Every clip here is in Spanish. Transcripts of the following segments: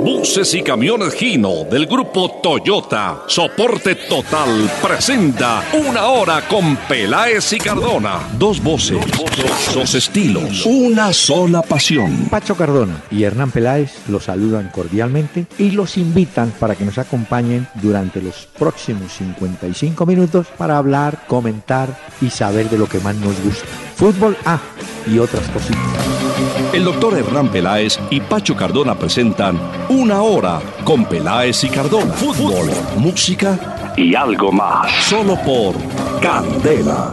Buses y Camiones Gino del grupo Toyota, soporte total, presenta Una Hora con Peláez y Cardona. Dos voces, dos estilos, una sola pasión. Pacho Cardona y Hernán Peláez los saludan cordialmente y los invitan para que nos acompañen durante los próximos 55 minutos para hablar, comentar y saber de lo que más nos gusta. Fútbol y otras cositas. El doctor Hernán Peláez y Pacho Cardona presentan Una Hora con Peláez y Cardona. Fútbol, música y algo más. Solo por Candela.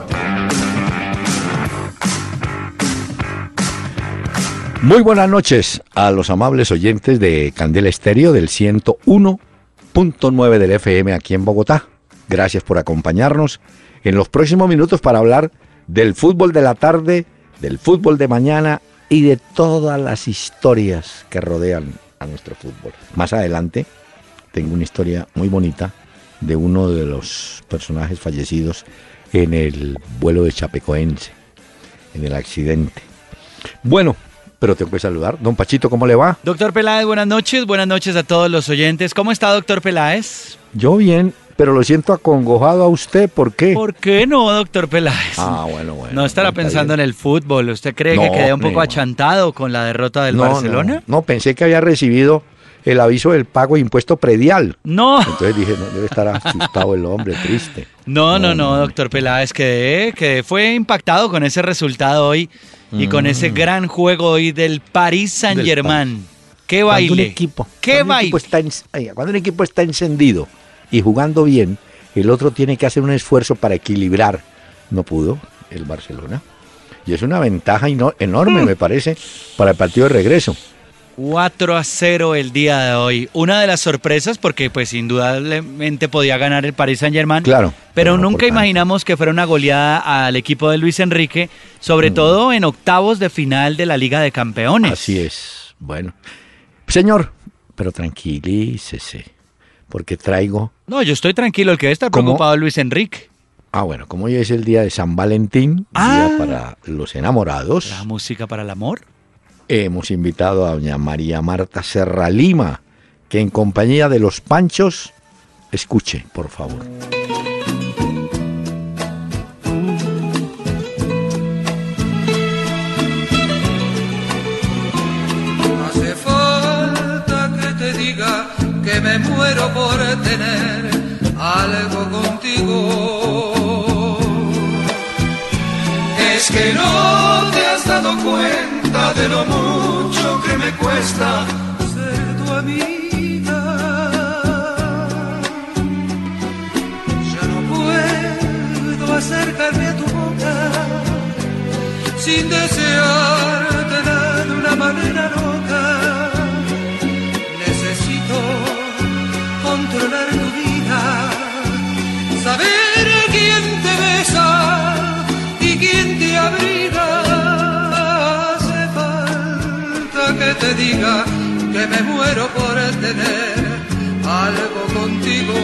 Muy buenas noches a los amables oyentes de Candela Estéreo del 101.9 del FM aquí en Bogotá. Gracias por acompañarnos en los próximos minutos para hablar del fútbol de la tarde, del fútbol de mañana y de todas las historias que rodean a nuestro fútbol. Más adelante tengo una historia muy bonita de uno de los personajes fallecidos en el vuelo de Chapecoense, en el accidente. Bueno, pero tengo que saludar. Don Pachito, ¿cómo le va? Doctor Peláez, buenas noches a todos los oyentes. ¿Cómo está, doctor Peláez? Yo bien, pero lo siento acongojado a usted, ¿por qué? ¿Por qué no, doctor Peláez? Bueno. ¿No estará pensando en el fútbol? ¿Usted cree que quedé un poco achantado con la derrota del Barcelona? No, pensé que había recibido el aviso del pago de impuesto predial. No. Entonces dije, no, debe estar asustado el hombre, triste. No, doctor Peláez, fue impactado con ese resultado hoy y con ese gran juego hoy del Paris Saint-Germain. ¡Qué baile! Cuando un equipo está encendido y jugando bien, el otro tiene que hacer un esfuerzo para equilibrar. No pudo el Barcelona. Y es una ventaja enorme, me parece, para el partido de regreso. 4-0 el día de hoy. Una de las sorpresas, porque pues indudablemente podía ganar el Paris Saint-Germain. Claro. Pero nunca imaginamos que fuera una goleada al equipo de Luis Enrique, sobre todo en octavos de final de la Liga de Campeones. Así es. Bueno. Señor, pero tranquilícese, porque traigo... No, yo estoy tranquilo, el que debe estar preocupado es Luis Enrique. Bueno, como hoy es el día de San Valentín, día para los enamorados. La música para el amor. Hemos invitado a doña María Marta Serra Lima, que en compañía de los Panchos, escuche, por favor. Hace falta que te diga que me muero por tener algo contigo. Es que no te has dado cuenta de lo mucho que me cuesta ser tu amiga. Ya no puedo acercarme a tu boca sin desearte de una manera loca. Necesito controlar tu vida, saber quién te besa y quién te abriga. Hace falta que te diga que me muero por tener algo contigo.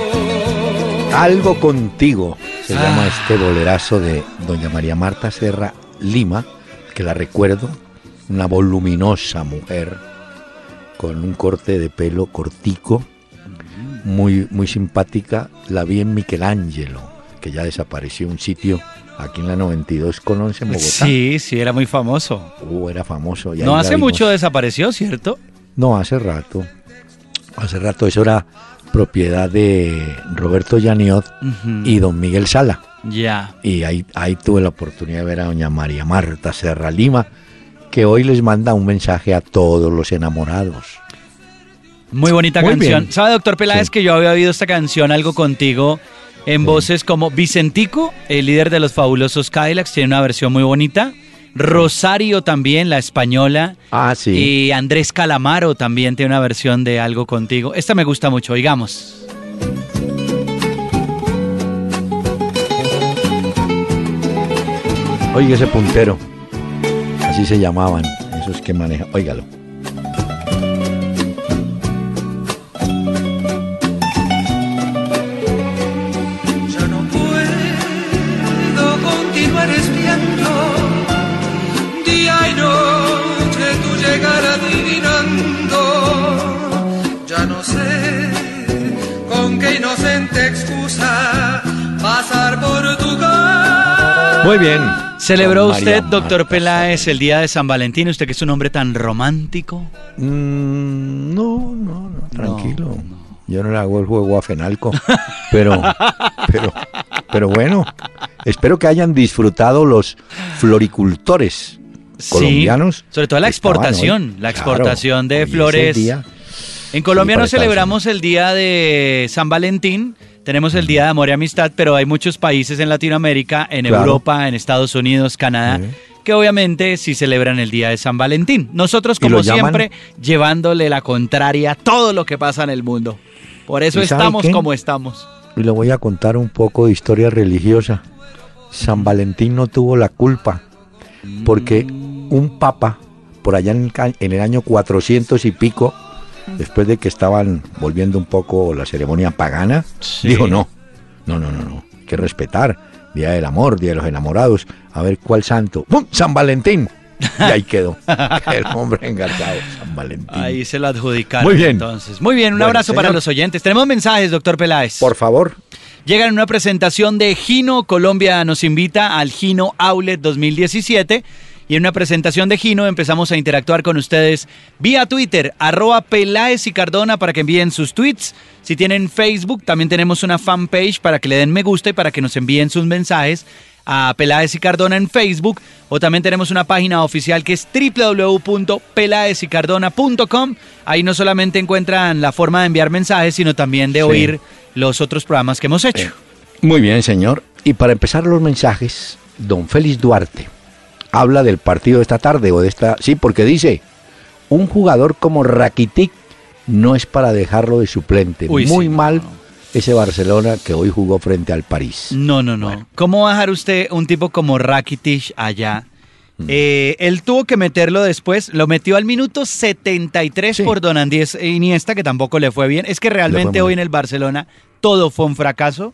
Algo contigo se llama este bolerazo de doña María Marta Serra Lima, que la recuerdo, una voluminosa mujer con un corte de pelo cortico, muy, muy simpática. La vi en Michelangelo, que ya desapareció, un sitio aquí en la 92,11 en Bogotá. Sí, era muy famoso. Era famoso. No hace mucho desapareció, ¿cierto? No, hace rato. Eso era propiedad de Roberto Llaniot y don Miguel Sala. Ya. Y ahí tuve la oportunidad de ver a doña María Marta Serra Lima, que hoy les manda un mensaje a todos los enamorados. Muy bonita canción. Bien. ¿Sabe, doctor Peláez, que yo había oído esta canción, Algo Contigo, en voces como Vicentico, el líder de los fabulosos Cadillacs, tiene una versión muy bonita. Rosario también, la española. Sí. Y Andrés Calamaro también tiene una versión de Algo Contigo. Esta me gusta mucho, oigamos. Oiga ese puntero. Así se llamaban, esos que manejan. Óigalo. Día y noche tu llegar adivinando Muy bien. ¿Celebró Don María usted, doctor Marta Peláez, el día de San Valentín? Usted que es un hombre tan romántico. No, tranquilo. No. Yo no le hago el juego a Fenalco, pero bueno, espero que hayan disfrutado los floricultores colombianos. Sí, sobre todo la que estaban exportación, hoy. la exportación Claro, de hoy es flores. el día. En Colombia Sí, no para Estados celebramos el día de San Valentín, tenemos el día de amor y amistad, pero hay muchos países en Latinoamérica, en Claro. Europa, en Estados Unidos, Canadá, que obviamente sí celebran el día de San Valentín. Nosotros, ¿Y como lo llaman? siempre, llevándole la contraria a todo lo que pasa en el mundo. Por eso ¿Y sabe estamos qué? como estamos. Y le voy a contar un poco de historia religiosa. San Valentín no tuvo la culpa, porque un papa, por allá en el año 400 y pico, después de que estaban volviendo un poco la ceremonia pagana, Sí. dijo no, hay que respetar, Día del Amor, Día de los Enamorados, a ver cuál santo, ¡pum! San Valentín, y ahí quedó, el hombre engargado, San Valentín. Ahí se lo adjudicaron. Muy bien. Entonces, muy bien, un Bueno, abrazo para señor. los oyentes. Tenemos mensajes, doctor Peláez. Por favor. Llegan en una presentación de Gino. Colombia nos invita al Gino Outlet 2017. Y en una presentación de Gino empezamos a interactuar con ustedes vía Twitter, @Peláez y Cardona, para que envíen sus tweets. Si tienen Facebook, también tenemos una fanpage para que le den me gusta y para que nos envíen sus mensajes a Peláez y Cardona en Facebook. O también tenemos una página oficial que es www.pelaezycardona.com. Ahí no solamente encuentran la forma de enviar mensajes, sino también de Sí. oír los otros programas que hemos hecho. Muy bien, señor. Y para empezar los mensajes, don Félix Duarte habla del partido de esta tarde o de esta... Sí, porque dice, un jugador como Rakitic no es para dejarlo de suplente. Uy, Muy sí, mal no. ese Barcelona que hoy jugó frente al París. No. Bueno. ¿Cómo va a dejar usted un tipo como Rakitic allá? Él tuvo que meterlo después, lo metió al minuto 73 Sí. por Don Andrés Iniesta, que tampoco le fue bien. Es que realmente muy hoy en el Barcelona todo fue un fracaso.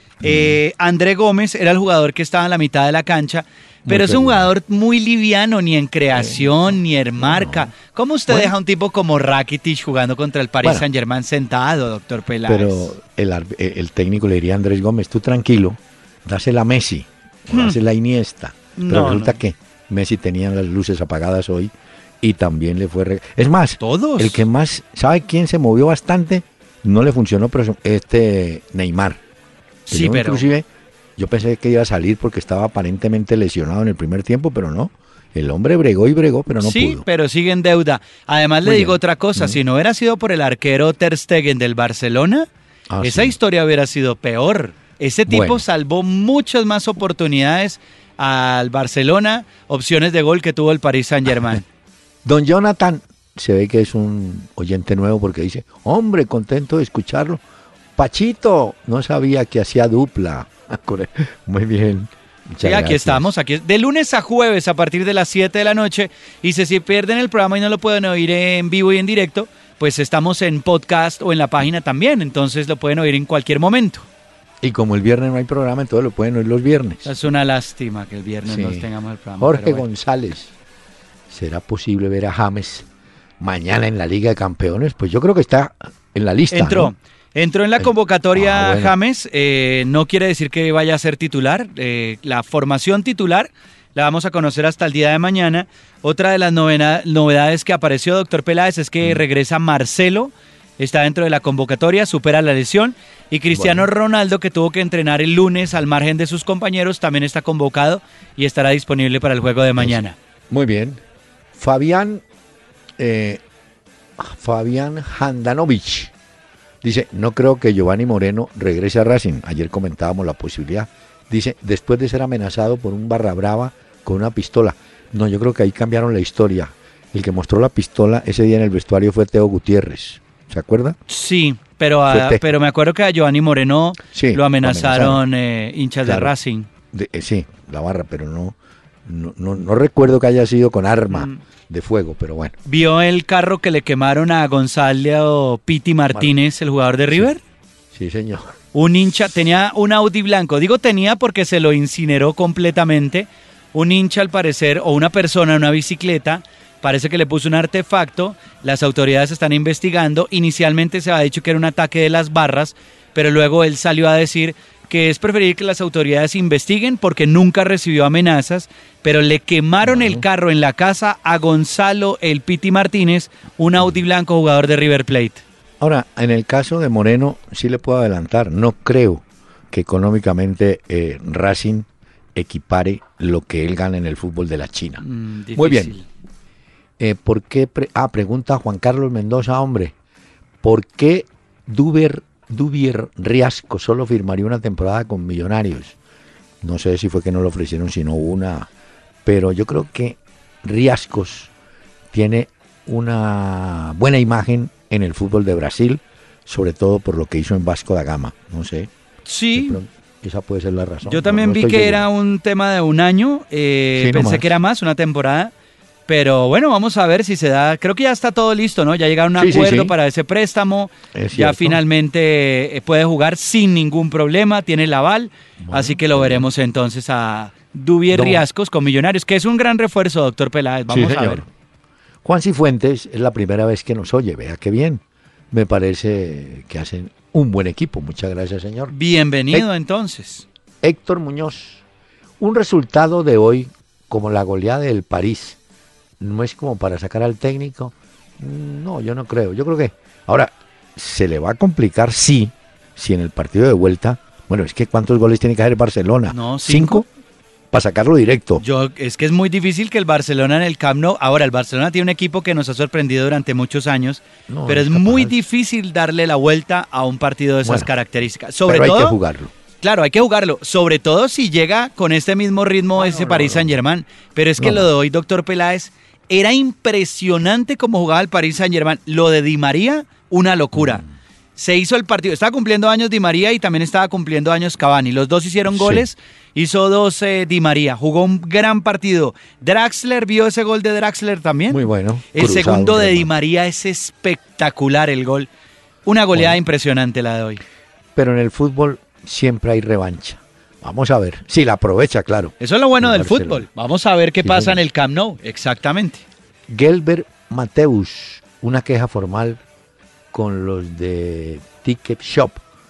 André Gómez era el jugador que estaba en la mitad de la cancha, pero es un regular. jugador muy liviano, ni en creación, ni en marca. ¿Cómo usted Bueno. deja a un tipo como Rakitic jugando contra el Paris Bueno. Saint-Germain sentado, doctor Peláez? Pero el técnico le diría a Andrés Gómez, tú tranquilo, dásela a Messi, o dásela a Iniesta. Pero No, resulta no. que Messi tenía las luces apagadas hoy y también le fue... Es más, Todos. el que más... ¿Sabe quién se movió bastante? No le funcionó, pero Neymar. Que Sí, yo pero... Inclusive, yo pensé que iba a salir porque estaba aparentemente lesionado en el primer tiempo, pero no. El hombre bregó y bregó, pero no sí, pudo. pero sigue en deuda. Además le Muy digo bien. otra cosa, si no hubiera sido por el arquero Ter Stegen del Barcelona, Ah, esa sí. historia hubiera sido peor. Ese tipo Bueno. salvó muchas más oportunidades al Barcelona, opciones de gol que tuvo el Paris Saint-Germain. Don Jonathan, se ve que es un oyente nuevo porque dice, hombre, contento de escucharlo. Pachito, no sabía que hacía dupla. Muy bien. Muchas Sí, aquí gracias. estamos, de lunes a jueves a partir de las 7 de la noche. Y si pierden el programa y no lo pueden oír en vivo y en directo, pues estamos en podcast o en la página también, entonces lo pueden oír en cualquier momento. Y como el viernes no hay programa, entonces lo pueden oír los viernes. Es una lástima que el viernes Sí. no tengamos el programa. Jorge pero bueno. González, ¿será posible ver a James mañana en la Liga de Campeones? Pues yo creo que está en la lista. Entró. ¿no? Entró en la convocatoria bueno. James, no quiere decir que vaya a ser titular, la formación titular la vamos a conocer hasta el día de mañana. Otra de las novedades que apareció, doctor Peláez, es que regresa Marcelo, está dentro de la convocatoria, supera la lesión, y Cristiano Ronaldo, que tuvo que entrenar el lunes al margen de sus compañeros, también está convocado y estará disponible para el juego de mañana. Muy bien. Fabián Handanovic dice, no creo que Giovanni Moreno regrese a Racing. Ayer comentábamos la posibilidad. Dice, después de ser amenazado por un barra brava con una pistola. No, yo creo que ahí cambiaron la historia. El que mostró la pistola ese día en el vestuario fue Teo Gutiérrez. ¿Se acuerda? Sí, pero, Fue pero me acuerdo que a Giovanni Moreno Sí, lo amenazaron hinchas de Claro. Racing. Sí, la barra, pero no recuerdo que haya sido con arma de fuego, pero bueno. ¿Vio el carro que le quemaron a Gonzalo Piti Martínez, el jugador de River? Sí, señor. Un hincha, tenía un Audi blanco. Digo tenía porque se lo incineró completamente. Un hincha, al parecer, o una persona en una bicicleta, parece que le puso un artefacto. Las autoridades están investigando. Inicialmente se había dicho que era un ataque de las barras, pero luego él salió a decir que es preferir que las autoridades investiguen porque nunca recibió amenazas, pero le quemaron el carro en la casa a Gonzalo El Piti Martínez, un Audi blanco jugador de River Plate. Ahora, en el caso de Moreno, sí le puedo adelantar, no creo que económicamente Racing equipare lo que él gana en el fútbol de la China. Muy bien. ¿Por qué? Pregunta Juan Carlos Mendoza, hombre, ¿por qué Dubier Riasco solo firmaría una temporada con Millonarios? No sé si fue que no le ofrecieron sino una, pero yo creo que Riascos tiene una buena imagen en el fútbol de Brasil, sobre todo por lo que hizo en Vasco da Gama, no sé. Sí. Esa puede ser la razón. Yo también vi que seguro. Era un tema de un año, sí, pensé que era más, una temporada, pero bueno, vamos a ver si se da, creo que ya está todo listo, ¿no? Ya llegaron a un acuerdo para ese préstamo, ya finalmente puede jugar sin ningún problema, tiene el aval, así que lo veremos entonces a Dubier Riascos con Millonarios, que es un gran refuerzo, doctor Peláez, vamos a ver. Juan Cifuentes es la primera vez que nos oye, vea qué bien, me parece que hacen un buen equipo, muchas gracias señor. Bienvenido entonces. Héctor Muñoz, un resultado de hoy como la goleada del París, ¿no es como para sacar al técnico? No, yo no creo, yo creo que ahora se le va a complicar si en el partido de vuelta, bueno, es que ¿cuántos goles tiene que hacer Barcelona? No, ¿5? Para sacarlo directo. Es que es muy difícil que el Barcelona en el Camp Nou, ahora el Barcelona tiene un equipo que nos ha sorprendido durante muchos años, pero es muy difícil darle la vuelta a un partido de esas características. Sobre todo, hay que jugarlo. Claro, hay que jugarlo, sobre todo si llega con este mismo ritmo ese Paris Saint-Germain, pero es que lo de hoy, doctor Peláez, era impresionante cómo jugaba el Paris Saint-Germain. Lo de Di María, una locura. Se hizo el partido, estaba cumpliendo años Di María y también estaba cumpliendo años Cavani. Los dos hicieron goles, hizo 12 Di María, jugó un gran partido. Draxler, ¿vio ese gol de Draxler también? Muy bueno. El segundo de Di María es espectacular el gol. Una goleada impresionante la de hoy. Pero en el fútbol siempre hay revancha. Vamos a ver. Si la aprovecha, claro. Eso es lo bueno del fútbol. Vamos a ver qué pasa en el Camp Nou. Exactamente. Gelbert Mateus, una queja formal con los de Ticket Shop.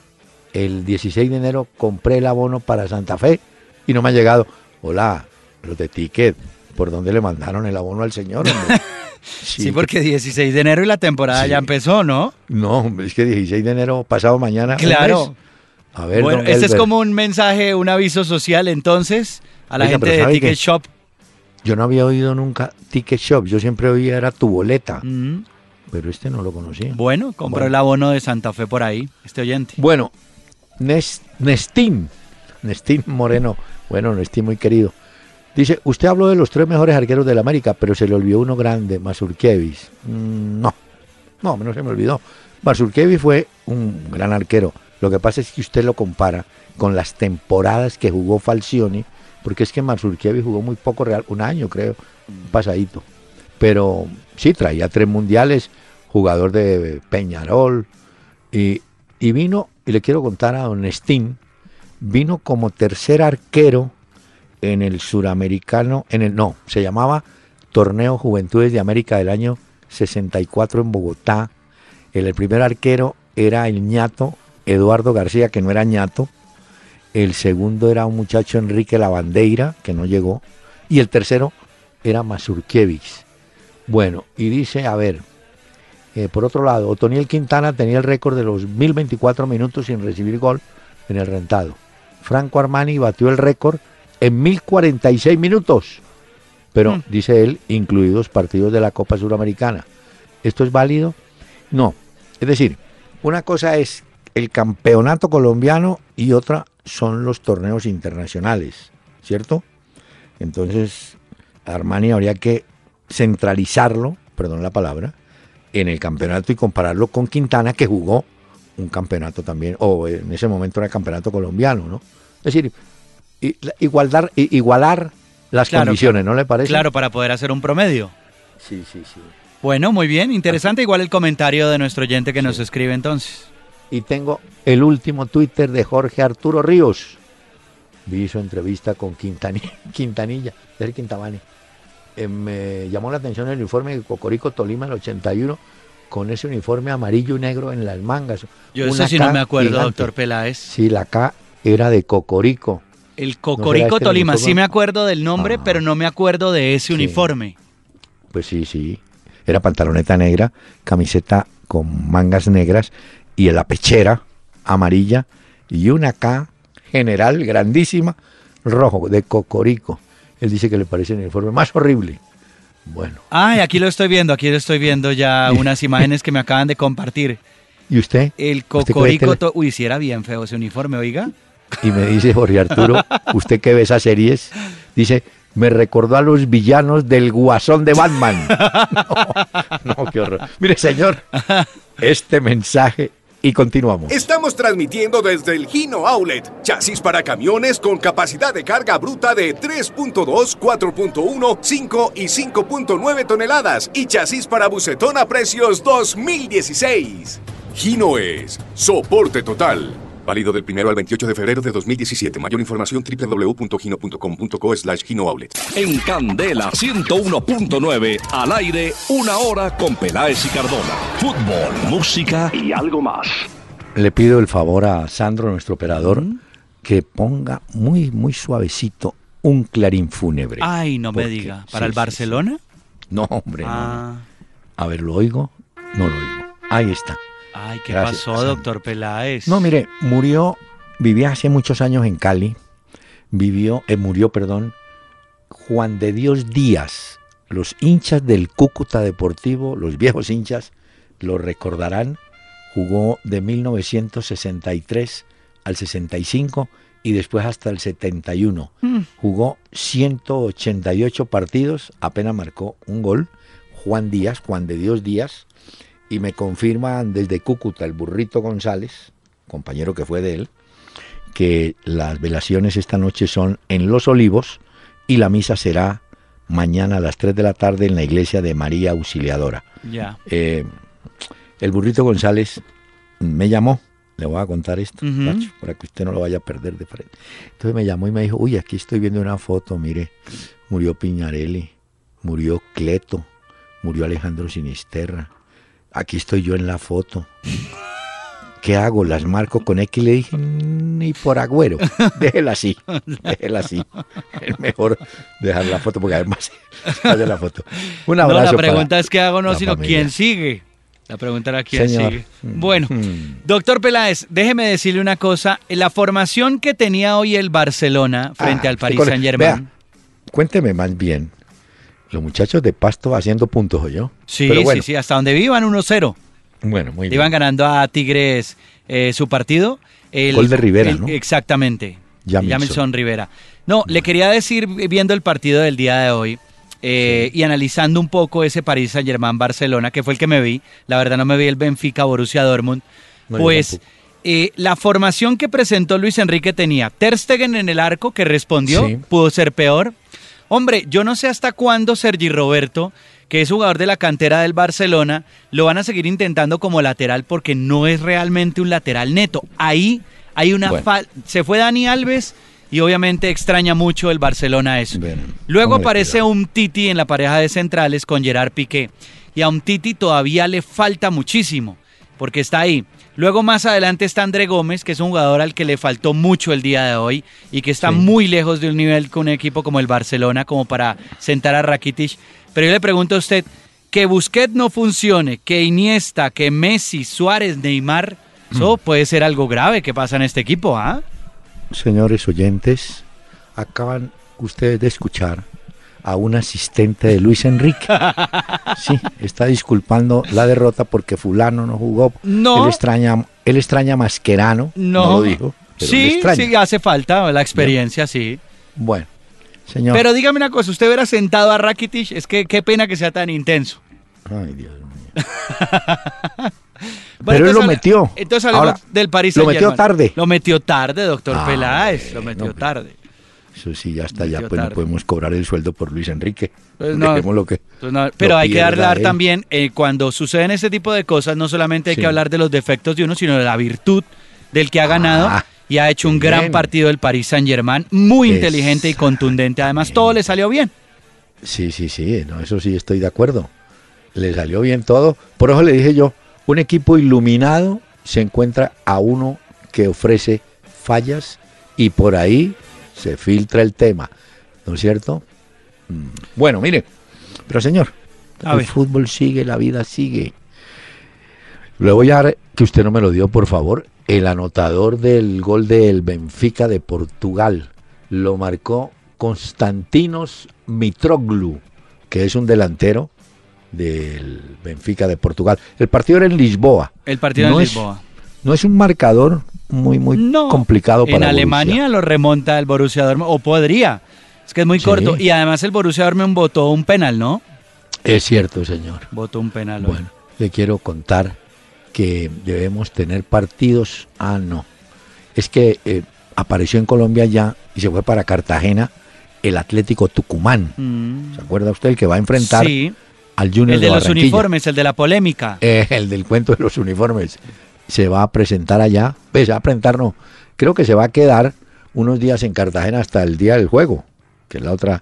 El 16 de enero compré el abono para Santa Fe y no me ha llegado. Hola, los de Ticket, ¿por dónde le mandaron el abono al señor? Sí, porque 16 de enero y la temporada ya empezó, ¿no? No, es que 16 de enero, pasado mañana. Claro. A ver, bueno, este es como un mensaje, un aviso social entonces a la gente de Ticket Shop. Yo no había oído nunca Ticket Shop, yo siempre oía era tu boleta. Pero este no lo conocía. Bueno, compró el abono de Santa Fe por ahí, este oyente. Bueno, Nestín Moreno, bueno, Nestín muy querido. Dice, usted habló de los 3 mejores arqueros de la América, pero se le olvidó uno grande, Mazurkiewicz. No se me olvidó. Mazurkiewicz fue un gran arquero. Lo que pasa es que usted lo compara con las temporadas que jugó Falcioni, porque es que Mazurkiewicz jugó muy poco real, un año creo, pasadito. Pero sí, traía 3 mundiales, jugador de Peñarol, y vino, y le quiero contar a don Nestín, vino como tercer arquero en el suramericano, se llamaba Torneo Juventudes de América del año 64 en Bogotá. El primer arquero era el ñato Eduardo García, que no era ñato. El segundo era un muchacho Enrique Lavandeira, que no llegó. Y el tercero era Mazurkiewicz. Bueno, y dice, a ver, por otro lado, Otoniel Quintana tenía el récord de los 1024 minutos sin recibir gol en el rentado. Franco Armani batió el récord en 1046 minutos, pero dice él, incluidos partidos de la Copa Suramericana. ¿Esto es válido? No. Es decir, una cosa es el campeonato colombiano y otra son los torneos internacionales, ¿cierto? Entonces, Armani habría que centralizarlo, perdón la palabra, en el campeonato y compararlo con Quintana, que jugó un campeonato también, o en ese momento era campeonato colombiano, ¿no? Es decir, igualar las condiciones, ¿no le parece? Claro, para poder hacer un promedio. Sí. Bueno, muy bien, interesante, igual el comentario de nuestro oyente que nos escribe entonces. Y tengo el último Twitter de Jorge Arturo Ríos. Vi su entrevista con Quintanilla, del Quintabani. Me llamó la atención el uniforme de Cocorico Tolima, el 81, con ese uniforme amarillo y negro en las mangas. Yo eso sí no me acuerdo, gigante. Doctor Peláez. Sí, la K era de Cocorico. El Cocorico este Tolima, uniforme? sí me acuerdo del nombre, Ah. pero no me acuerdo de ese Sí. uniforme. Pues sí. Era pantaloneta negra, camiseta con mangas negras y en la pechera amarilla y una K general grandísima, rojo, de Cocorico. Él dice que le parece el uniforme más horrible. Bueno, Ay, aquí lo estoy viendo ya unas imágenes que me acaban de compartir. ¿y usted? El ¿Usted qué ve Cocorico, tele? uy, sí era bien feo ese uniforme, oiga. Y me dice Jorge Arturo, usted que ve esas series, dice, me recordó a los villanos del Guasón de Batman. No, qué horror. Mire, señor, este mensaje y continuamos. Estamos transmitiendo desde el Gino Outlet. Chasis para camiones con capacidad de carga bruta de 3.2, 4.1, 5 y 5.9 toneladas. Y chasis para bucetón a precios 2016. Gino es soporte total. Válido del 1 al 28 de febrero de 2017. Mayor información www.gino.com.co/Gino Outlet. En Candela 101.9, al aire, una hora con Peláez y Cardona. Fútbol, música y algo más. Le pido el favor a Sandro, nuestro operador, que ponga muy, muy suavecito un clarín fúnebre. Ay, no me Porque- diga. ¿Para sí, el Barcelona? sí. No, hombre, no. Ah. A ver, ¿lo oigo? No lo oigo. Ahí está. Ay, ¿qué Gracias, pasó, Sandro. doctor Peláez? No, mire, vivía hace muchos años en Cali, murió, Juan de Dios Díaz. Los hinchas del Cúcuta Deportivo, los viejos hinchas, lo recordarán, jugó de 1963 al 65 y después hasta el 71. Jugó 188 partidos, apenas marcó un gol. Juan de Dios Díaz, y me confirman desde Cúcuta el Burrito González, compañero que fue de él, que las velaciones esta noche son en Los Olivos y la misa será mañana a las 3 de la tarde en la iglesia de María Auxiliadora. Ya. El Burrito González me llamó, le voy a contar esto, Ujú. Pacho, para que usted no lo vaya a perder de frente. Entonces me llamó y me dijo, uy, aquí estoy viendo una foto, mire, murió Piñarelli, murió Cleto, murió Alejandro Sinisterra, aquí estoy yo en la foto. ¿Qué hago? ¿Las marco con X? Le dije, ni por agüero, déjela así. Es mejor dejar la foto porque además sale la foto. Un No, abrazo. la pregunta es qué hago, no, la sino familia. quién sigue. La pregunta era quién Señor. sigue. Bueno, Mm. doctor Peláez, déjeme decirle una cosa. La formación que tenía hoy el Barcelona frente al Paris Saint-Germain. Vea, cuénteme más bien. Los muchachos de Pasto haciendo puntos, ¿o yo? Sí, Pero bueno, sí, sí, hasta donde vivan 1-0. Bueno, muy Le bien. iban ganando a Tigres su partido. Gol de Rivera, ¿no? Exactamente. Jamilson. Jamilson Rivera. No, le quería decir, viendo el partido del día de hoy y analizando un poco ese Paris Saint-Germain-Barcelona, que fue el que me vi, la verdad no me vi el Benfica-Borussia Dortmund, No, yo pues tampoco. la formación que presentó Luis Enrique tenía Ter Stegen en el arco, que respondió, Sí. pudo ser peor. Hombre, yo no sé hasta cuándo Sergi Roberto, que es jugador de la cantera del Barcelona, lo van a seguir intentando como lateral porque no es realmente un lateral neto. Ahí hay una Bueno. falta. Se fue Dani Alves y obviamente extraña mucho el Barcelona eso. Bueno, Luego póngale aparece cuidado. Umtiti en la pareja de centrales con Gerard Piqué. Y a Umtiti todavía le falta muchísimo porque está ahí. Luego más adelante está André Gómez, que es un jugador al que le faltó mucho el día de hoy y que está Sí. muy lejos de un nivel con un equipo como el Barcelona como para sentar a Rakitic. Pero yo le pregunto a usted, que Busquets no funcione, que Iniesta, que Messi, Suárez, Neymar, eso puede ser algo grave que pasa en este equipo, ¿ah? Señores oyentes, acaban ustedes de escuchar a un asistente de Luis Enrique. Sí, está disculpando la derrota porque fulano no jugó. No. Él extraña a Mascherano, no lo dijo. Pero le Sí, extraña. sí, hace falta la experiencia, sí. Bueno, señor. Pero dígame una cosa, usted hubiera sentado a Rakitic, es que qué pena que sea tan intenso. Ay, Dios mío. Bueno, Pero él entonces lo habla- metió. Entonces hablemos Ahora, del París lo Saint-Germain. metió tarde. Lo metió tarde, doctor Ah, Peláez, lo bueno, metió pues. tarde. Eso sí, ya está, ya Metió pues no tarde. podemos cobrar el sueldo por Luis Enrique. Pues no, Dejemos lo que. Pues no, pero hay que pierda hablar él. también, cuando suceden este tipo de cosas, no solamente hay Sí. que hablar de los defectos de uno, sino de la virtud del que ha ganado Ah, y ha hecho un bien. gran partido del Paris Saint-Germain, muy inteligente y Exactamente. contundente. Además, todo le salió bien. Sí, no, eso sí estoy de acuerdo. Le salió bien todo. Por eso le dije yo, un equipo iluminado se encuentra a uno que ofrece fallas y por ahí se filtra el tema, ¿no es cierto? Bueno, mire, pero señor, el fútbol sigue, la vida sigue. Le voy a dar, que usted no me lo dio, por favor, el anotador del gol del Benfica de Portugal. Lo marcó Konstantinos Mitroglou, que es un delantero del Benfica de Portugal. El partido era en Lisboa. El partido en Lisboa. No es un marcador muy complicado para Borussia. En Alemania lo remonta el Borussia Dortmund, o podría. Es que es muy corto. Y además el Borussia Dortmund votó un penal, ¿no? Es cierto, señor. Votó un penal. Bueno, le quiero contar que debemos tener partidos. No. Es que apareció en Colombia ya y se fue para Cartagena el Atlético Tucumán. ¿Se acuerda usted? El que va a enfrentar al Junior de Barranquilla. El de los uniformes, el de la polémica. El del cuento de los uniformes. Se va a presentar allá. Se va a presentar, no. Creo que se va a quedar unos días en Cartagena hasta el día del juego. Que la otra...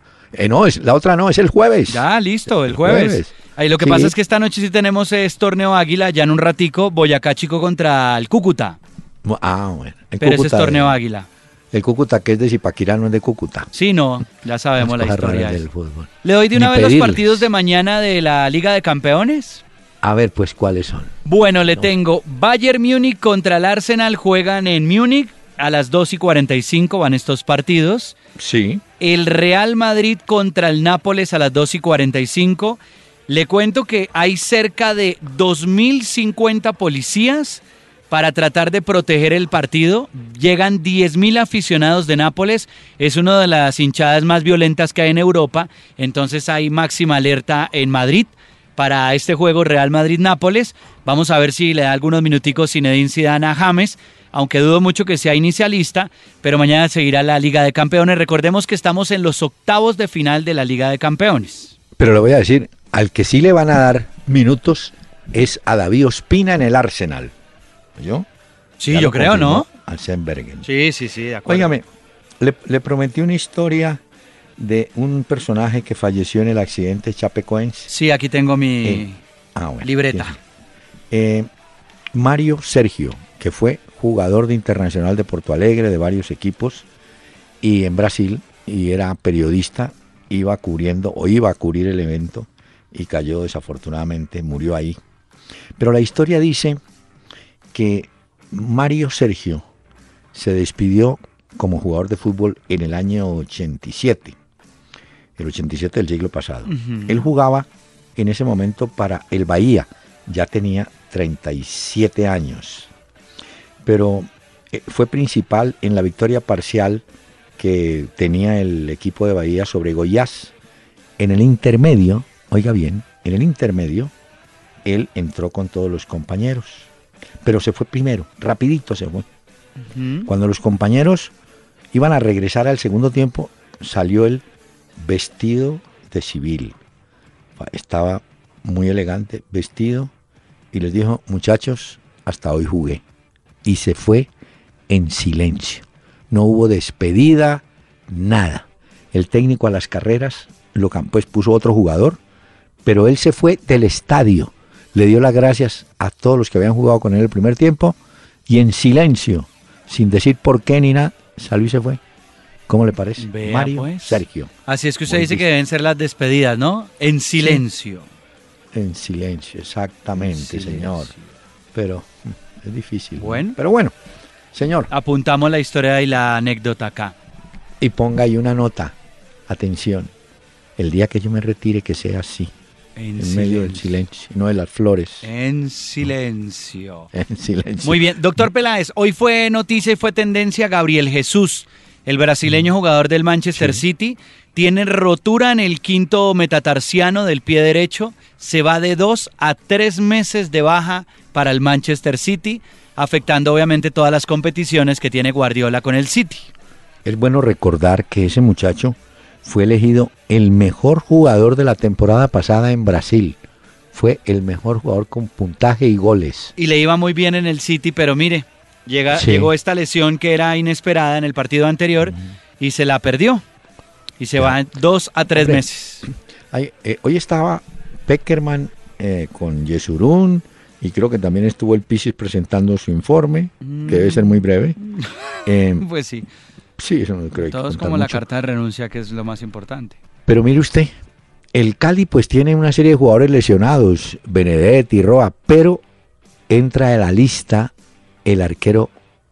no, es el jueves. Ya, listo, el jueves. Ahí lo que pasa es que esta noche sí tenemos torneo Águila, ya en un ratico, Boyacá Chico contra el Cúcuta. Bueno. Pero ese es torneo Águila. El Cúcuta, que es de Zipaquirá, no es de Cúcuta. Sí, no, ya sabemos la historia del fútbol. ¿Le doy de una vez los partidos de mañana de la Liga de Campeones? A ver, pues, ¿cuáles son? Bueno, tengo Bayern Múnich contra el Arsenal, juegan en Múnich. A las 2:45 van estos partidos. Sí. El Real Madrid contra el Nápoles a las 2:45. Le cuento que hay cerca de 2.050 policías para tratar de proteger el partido. Llegan 10.000 aficionados de Nápoles. Es una de las hinchadas más violentas que hay en Europa. Entonces hay máxima alerta en Madrid para este juego Real Madrid-Nápoles. Vamos a ver si le da algunos minuticos Zinedine Zidane a James, aunque dudo mucho que sea inicialista, pero mañana seguirá la Liga de Campeones. Recordemos que estamos en los octavos de final de la Liga de Campeones. Pero le voy a decir, al que sí le van a dar minutos es a David Ospina en el Arsenal. ¿Yo? Sí, yo creo, ¿no? Al Sennbergen. Sí, de acuerdo. Óigame, le prometí una historia de un personaje que falleció en el accidente Chapecoense. Sí, aquí tengo mi libreta. Sí. Mario Sergio, que fue jugador de Internacional de Porto Alegre, de varios equipos, y en Brasil, y era periodista, iba a cubrir el evento, y cayó desafortunadamente, murió ahí. Pero la historia dice que Mario Sergio se despidió como jugador de fútbol en el año 87, el 87 del siglo pasado. Él jugaba en ese momento para el Bahía, ya tenía 37 años, pero fue principal en la victoria parcial que tenía el equipo de Bahía sobre Goiás. En el intermedio, oiga bien, en el intermedio, él entró con todos los compañeros, pero se fue primero, rapidito se fue. Cuando los compañeros iban a regresar al segundo tiempo, salió él vestido de civil. Estaba muy elegante, vestido, y les dijo: muchachos, hasta hoy jugué. Y se fue en silencio. No hubo despedida, nada. El técnico a las carreras pues puso otro jugador, pero él se fue del estadio. Le dio las gracias a todos los que habían jugado con él el primer tiempo, y en silencio, sin decir por qué ni nada, salió y se fue. ¿Cómo le parece? Vea, Mario pues. Sergio. Así es que usted dice que deben ser las despedidas, ¿no? En silencio. Sí. En silencio, exactamente, señor. Pero es difícil. Bueno. ¿No? Pero bueno, señor. Apuntamos la historia y la anécdota acá. Y ponga ahí una nota. Atención. El día que yo me retire, que sea así. En medio del silencio, no de las flores. En silencio. En silencio. Muy bien. Doctor Peláez, hoy fue noticia y fue tendencia Gabriel Jesús, el brasileño jugador del Manchester City. Tiene rotura en el quinto metatarsiano del pie derecho. Se va de 2 a 3 meses de baja para el Manchester City, afectando obviamente todas las competiciones que tiene Guardiola con el City. Es bueno recordar que ese muchacho fue elegido el mejor jugador de la temporada pasada en Brasil. Fue el mejor jugador con puntaje y goles. Y le iba muy bien en el City, pero mire, llegó esta lesión que era inesperada en el partido anterior y se la perdió. Y se va 2 a 3 meses. Hoy estaba Peckerman con Yesurún, y creo que también estuvo el Pisis presentando su informe, que debe ser muy breve. Pues sí. Sí, eso no creo que Todo es contar como la mucho. carta de renuncia, que es lo más importante. Pero mire usted, el Cali pues tiene una serie de jugadores lesionados, Benedetti, Roa, pero entra en la lista el arquero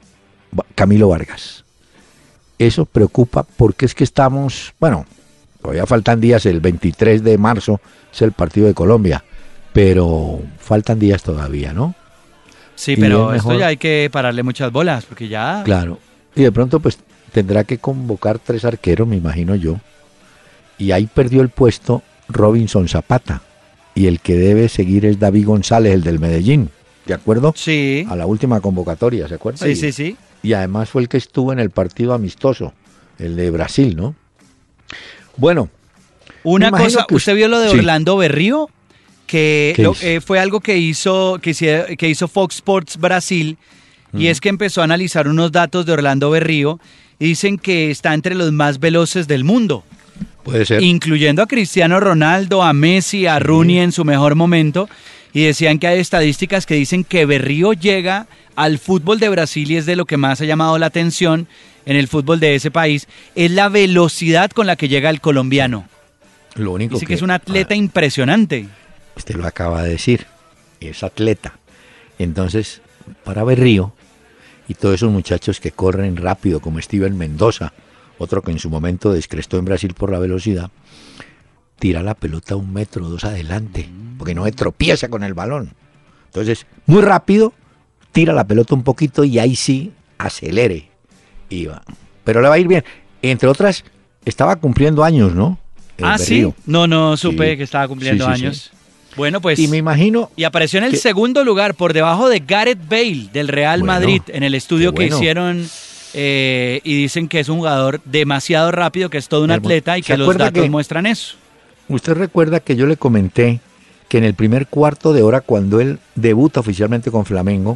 Camilo Vargas. Eso preocupa porque es que estamos, bueno, todavía faltan días, el 23 de marzo es el partido de Colombia, pero faltan días todavía, ¿no? Sí, Y pero es esto mejor- ya hay que pararle muchas bolas, porque ya... Claro. Y de pronto pues tendrá que convocar 3 arqueros, me imagino yo. Y ahí perdió el puesto Robinson Zapata. Y el que debe seguir es David González, el del Medellín. ¿De acuerdo? Sí, A la última convocatoria, ¿se acuerda? sí, sí, sí. Y además fue el que estuvo en el partido amistoso, el de Brasil, ¿no? Bueno, Una Me imagino cosa, que ¿usted vio lo de sí. Orlando Berrío? Que ¿Qué hizo? fue algo que hizo Fox Sports Brasil, y es que empezó a analizar unos datos de Orlando Berrío y dicen que está entre los más veloces del mundo, puede ser. incluyendo a Cristiano Ronaldo, a Messi, a Rooney en su mejor momento, y decían que hay estadísticas que dicen que Berrío llega al fútbol de Brasil y es de lo que más ha llamado la atención en el fútbol de ese país, es la velocidad con la que llega el colombiano. Lo único Dice que es un atleta impresionante. Usted lo acaba de decir, es atleta. Entonces, para Berrío y todos esos muchachos que corren rápido, como Steven Mendoza, otro que en su momento descrestó en Brasil por la velocidad, tira la pelota 1 metro o 2 adelante, porque no se tropieza con el balón. Entonces, muy rápido, tira la pelota un poquito y ahí sí, acelere. Y va. Pero le va a ir bien. Entre otras, estaba cumpliendo años, ¿no? Berrío. Sí. No supe Sí. que estaba cumpliendo Sí, sí, sí. años. Bueno, pues. Y me imagino... Y apareció en el que- segundo lugar, por debajo de Gareth Bale, del Real Bueno, Madrid, en el estudio qué que bueno. hicieron. Y dicen que es un jugador demasiado rápido, que es todo un Hermoso. atleta y ¿Se que los acuerda datos que- muestran eso. Usted recuerda que yo le comenté que en el primer cuarto de hora, cuando él debuta oficialmente con Flamengo,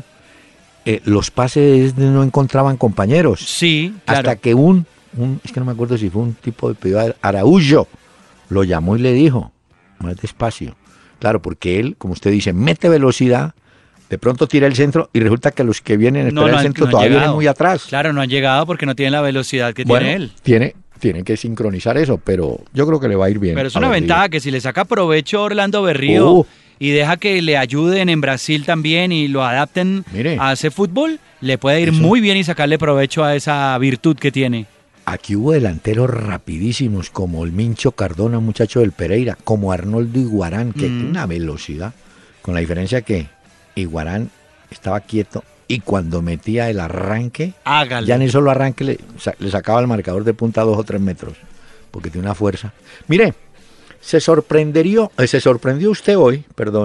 los pases no encontraban compañeros. Sí, claro. Hasta que es que no me acuerdo si fue un tipo de pedido, Araújo, lo llamó y le dijo, más despacio. Claro, porque él, como usted dice, mete velocidad, de pronto tira el centro y resulta que los que vienen a esperar el centro han todavía llegado. vienen muy atrás. Claro, no han llegado porque no tienen la velocidad que Bueno, tiene él. tiene que sincronizar eso, pero yo creo que le va a ir bien. Pero es a una Berrío. ventaja que si le saca provecho a Orlando Berrío Oh. y deja que le ayuden en Brasil también y lo adapten Mire. a ese fútbol, le puede ir Eso. muy bien y sacarle provecho a esa virtud que tiene. Aquí hubo delanteros rapidísimos como el Mincho Cardona, un muchacho del Pereira, como Arnoldo Iguarán, que tiene una velocidad, con la diferencia que Iguarán estaba quieto y cuando metía el arranque, Hágalo. ya en el solo arranque le sacaba el marcador de punta 2 o 3 metros, porque tiene una fuerza. Mire, se sorprendió usted hoy,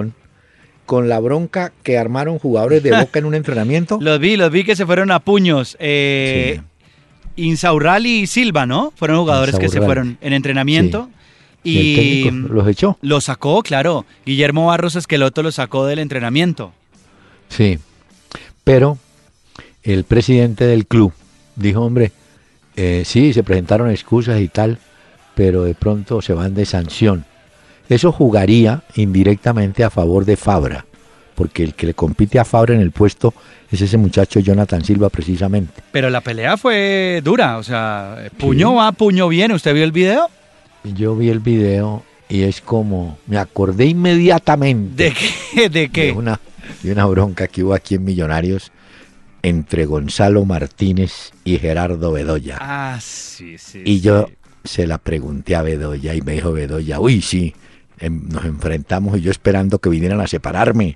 con la bronca que armaron jugadores de Boca en un entrenamiento. Los vi que se fueron a puños. Sí. Insaurralde y Silva, ¿no? Fueron jugadores que se Insaurralde. fueron en entrenamiento. Y el Y técnico los echó. lo sacó, claro. Guillermo Barros Esqueloto lo sacó del entrenamiento. Sí, pero el presidente del club dijo, hombre, sí, se presentaron excusas y tal, pero de pronto se van de sanción. Eso jugaría indirectamente a favor de Fabra, porque el que le compite a Fabra en el puesto es ese muchacho Jonathan Silva precisamente. Pero la pelea fue dura, o sea, puño Sí. va, puño viene. ¿Usted vio el video? Yo vi el video y es como, me acordé inmediatamente ¿De qué? ¿De qué? de una bronca que hubo aquí en Millonarios entre Gonzalo Martínez y Gerardo Bedoya. Ah, sí. Y yo se la pregunté a Bedoya y me dijo Bedoya, uy, sí, nos enfrentamos y yo esperando que vinieran a separarme,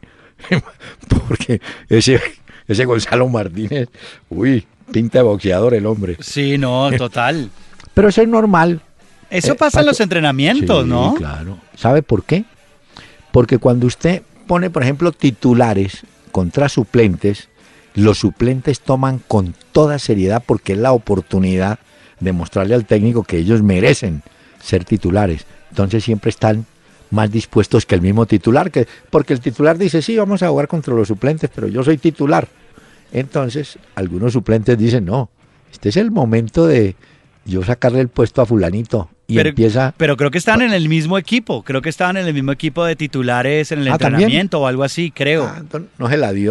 porque ese Gonzalo Martínez, uy, pinta de boxeador el hombre. Sí, no, total. Pero eso es normal. Eso pasa en los entrenamientos, Sí, ¿no? claro. ¿Sabe por qué? Porque cuando usted pone, por ejemplo, titulares contra suplentes, los suplentes toman con toda seriedad porque es la oportunidad de mostrarle al técnico que ellos merecen ser titulares. Entonces siempre están más dispuestos que el mismo titular, porque el titular dice, sí, vamos a jugar contra los suplentes, pero yo soy titular. Entonces, algunos suplentes dicen, no, este es el momento de yo sacarle el puesto a fulanito. Y empieza... Pero creo que están en el mismo equipo, creo que estaban en el mismo equipo de titulares en el ¿también? entrenamiento o algo así, creo. entonces no se la dio.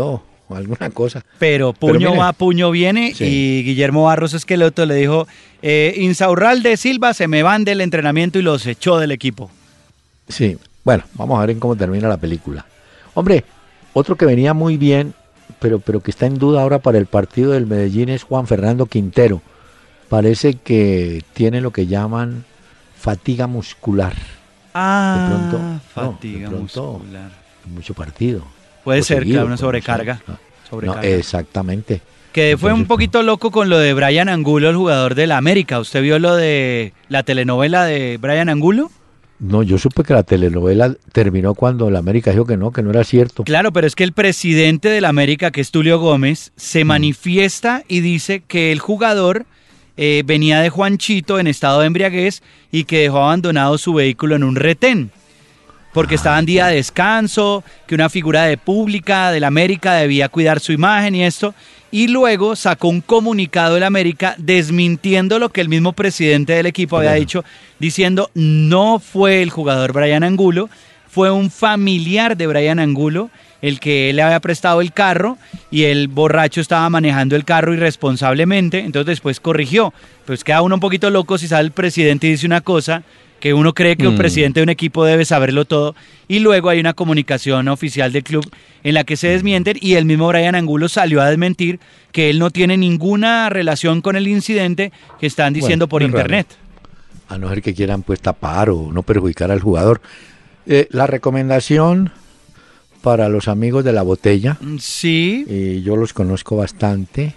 o alguna cosa. Pero puño mire, va, puño viene, sí. y Guillermo Barros Esqueloto le dijo, Insaurralde, Silva se me van del entrenamiento y los echó del equipo. Sí, bueno, vamos a ver en cómo termina la película. Hombre, otro que venía muy bien, pero que está en duda ahora para el partido del Medellín es Juan Fernando Quintero. Parece que tiene lo que llaman fatiga muscular. Ah, De pronto, fatiga de pronto, muscular. Mucho partido. Puede O ser, seguido, claro, una pues, no sobrecarga. sé. No, sobrecarga. exactamente. Que fue un Entonces, poquito loco con lo de Brian Angulo, el jugador de la América. ¿Usted vio lo de la telenovela de Brian Angulo? No, yo supe que la telenovela terminó cuando la América dijo que no era cierto. Claro, pero es que el presidente de la América, que es Tulio Gómez, se manifiesta y dice que el jugador venía de Juanchito en estado de embriaguez y que dejó abandonado su vehículo en un retén. Porque estaba en día de descanso, que una figura de pública de la América debía cuidar su imagen y esto. Y luego sacó un comunicado de la América desmintiendo lo que el mismo presidente del equipo había dicho, diciendo no fue el jugador Brian Angulo, fue un familiar de Brian Angulo el que le había prestado el carro y el borracho estaba manejando el carro irresponsablemente, entonces después corrigió. Pues queda uno un poquito loco si sale el presidente y dice una cosa que uno cree que un presidente de un equipo debe saberlo todo, y luego hay una comunicación oficial del club en la que se desmienten, y el mismo Brian Angulo salió a desmentir que él no tiene ninguna relación con el incidente que están diciendo por muy raro. internet. A no ser que quieran pues tapar o no perjudicar al jugador. La recomendación para los amigos de la botella, Sí, yo los conozco bastante,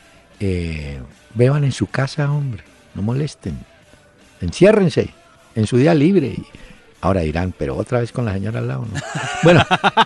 beban en su casa, hombre, no molesten, enciérrense en su día libre. Ahora dirán, pero otra vez con la señora al lado, ¿no? Bueno,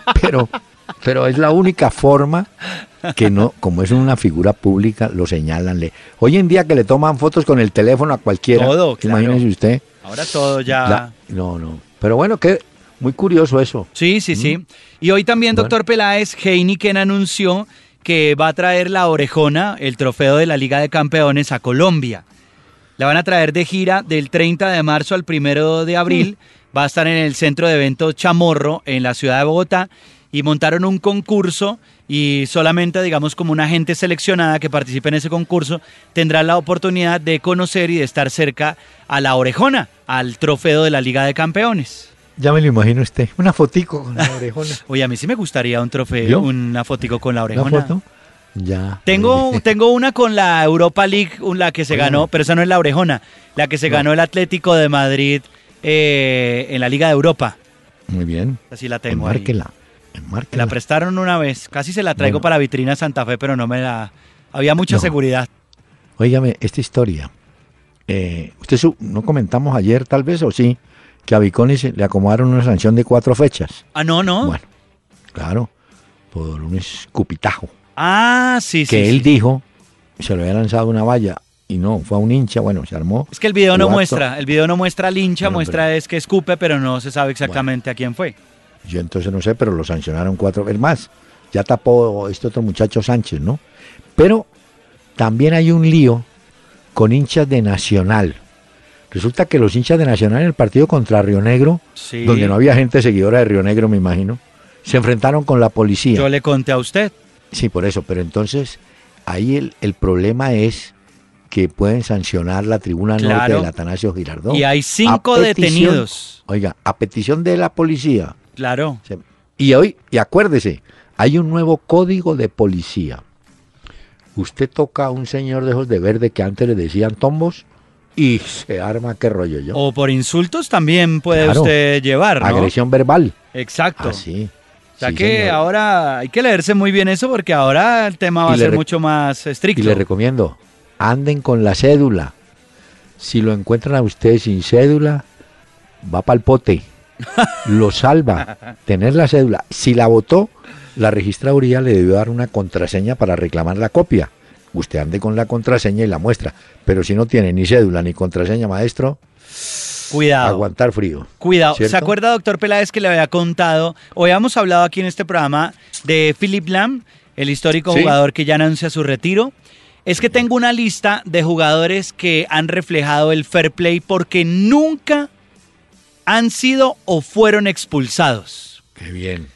pero es la única forma que no, como es una figura pública, lo señalan. Hoy en día que le toman fotos con el teléfono a cualquiera, Todo, claro. imagínese usted. ahora todo ya... No, pero bueno, que muy curioso eso. Sí. Y hoy también, Bueno. doctor Peláez, Heineken anunció que va a traer la Orejona, el trofeo de la Liga de Campeones, a Colombia. La van a traer de gira del 30 de marzo al 1 de abril. Va a estar en el centro de eventos Chamorro, en la ciudad de Bogotá. Y montaron un concurso y solamente, digamos, como una gente seleccionada que participe en ese concurso tendrá la oportunidad de conocer y de estar cerca a la Orejona, al trofeo de la Liga de Campeones. Ya me lo imagino usted, una fotico con la orejona. Oye, a mí sí me gustaría un trofeo, ¿Yo? una fotico con la ¿Una Orejona. foto? Ya. Tengo una con la Europa League, la que se Oye, ganó, no. pero esa no es la Orejona, la que se ganó el Atlético de Madrid en la Liga de Europa. Muy bien. Así la tengo ahí. Enmárquela. Me Enmárquela. la prestaron una vez, casi se la traigo Bueno. para vitrina Santa Fe, pero no me la... Había mucha No. seguridad. Óigame, esta historia. No comentamos ayer, tal vez, o sí, que a Viconis le acomodaron una sanción de 4 fechas. Ah, no. Bueno, claro, por un escupitajo. Ah, sí. Que él sí. dijo, se lo había lanzado una valla y no, fue a un hincha, bueno, se armó. Es que el video no cuatro. muestra, al hincha, Bueno, muestra pero- es que escupe, pero no se sabe exactamente a quién fue. Yo entonces no sé, pero lo sancionaron 4 veces más. Ya tapó este otro muchacho Sánchez, ¿no? Pero también hay un lío con hinchas de Nacional. Resulta que los hinchas de Nacional en el partido contra Río Negro, Sí. donde no había gente seguidora de Río Negro, me imagino, se enfrentaron con la policía. Yo le conté a usted. Sí, por eso, pero entonces ahí el problema es que pueden sancionar la tribuna norte Claro. del Atanasio Girardot. Y hay 5 A petición- detenidos. Oiga, a petición de la policía. Claro. Y acuérdese, hay un nuevo código de policía. Usted toca a un señor de esos de verde que antes le decían tombos y se arma, qué rollo yo. O por insultos también puede Claro. usted llevar, ¿no? Agresión verbal. Exacto. Así. O sea que señor. ahora hay que leerse muy bien eso porque ahora el tema va Y a le ser rec- mucho más estricto. Y le recomiendo, anden con la cédula. Si lo encuentran a usted sin cédula, va pa'l pote. Lo salva tener la cédula. Si la votó, la registraduría le debió dar una contraseña para reclamar la copia. Usted ande con la contraseña y la muestra. Pero si no tiene ni cédula ni contraseña, maestro, Cuidado. aguantar frío. Cuidado. ¿Cierto? ¿Se acuerda, doctor Peláez, que le había contado? Hoy hemos hablado aquí en este programa de Philip Lahm, el histórico Sí. jugador que ya anuncia su retiro. Es que tengo una lista de jugadores que han reflejado el fair play porque nunca han sido o fueron expulsados. Qué bien.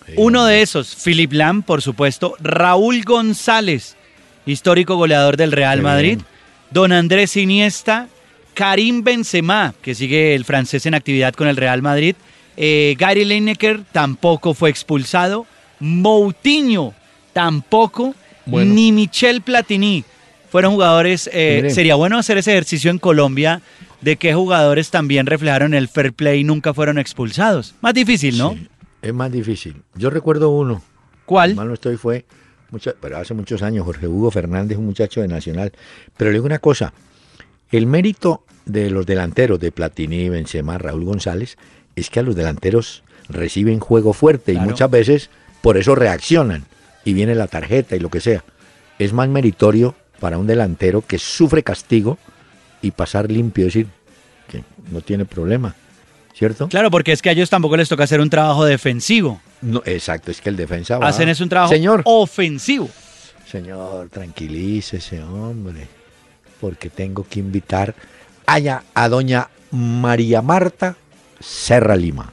Uno de esos, Philipp Lahm, por supuesto, Raúl González, histórico goleador del Real Madrid, don Andrés Iniesta, Karim Benzema, que sigue el francés en actividad con el Real Madrid, Gary Lineker tampoco fue expulsado, Moutinho tampoco, ni Michel Platini. Fueron jugadores, sería bueno hacer ese ejercicio en Colombia de qué jugadores también reflejaron el fair play y nunca fueron expulsados. Más difícil, ¿no? Sí, es más difícil. Yo recuerdo uno. ¿Cuál? Mal no estoy, pero hace muchos años, Jorge Hugo Fernández, un muchacho de Nacional. Pero le digo una cosa, el mérito de los delanteros, de Platini, Benzema, Raúl González, es que a los delanteros reciben juego fuerte y muchas veces por eso reaccionan y viene la tarjeta y lo que sea. Es más meritorio para un delantero que sufre castigo y pasar limpio, es decir, que no tiene problema, ¿cierto? Claro, porque es que a ellos tampoco les toca hacer un trabajo defensivo. No, exacto, es que el defensa va. Hacen es un trabajo ofensivo. Señor, tranquilícese, hombre, porque tengo que invitar a doña María Marta Serra Lima.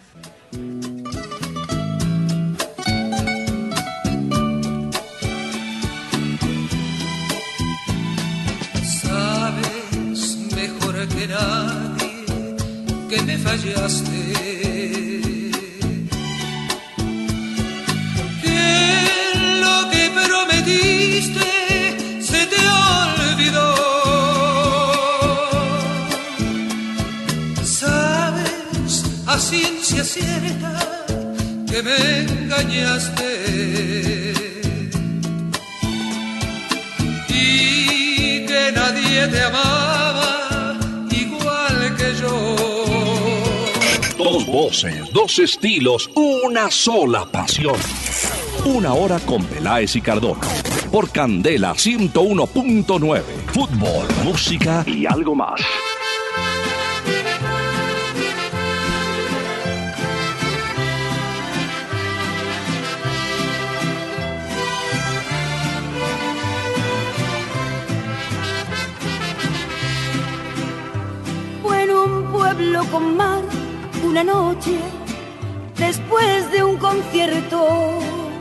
Sabes mejor que nadie que me fallaste, que lo que prometiste se te olvidó. Sabes a ciencia cierta que me engañaste y que nadie te amaba igual que yo. Dos voces, dos estilos, una sola pasión. Una hora con Peláez y Cardona. Por Candela 101.9. Fútbol, música y algo más. Fue en un pueblo con mar una noche después de un concierto.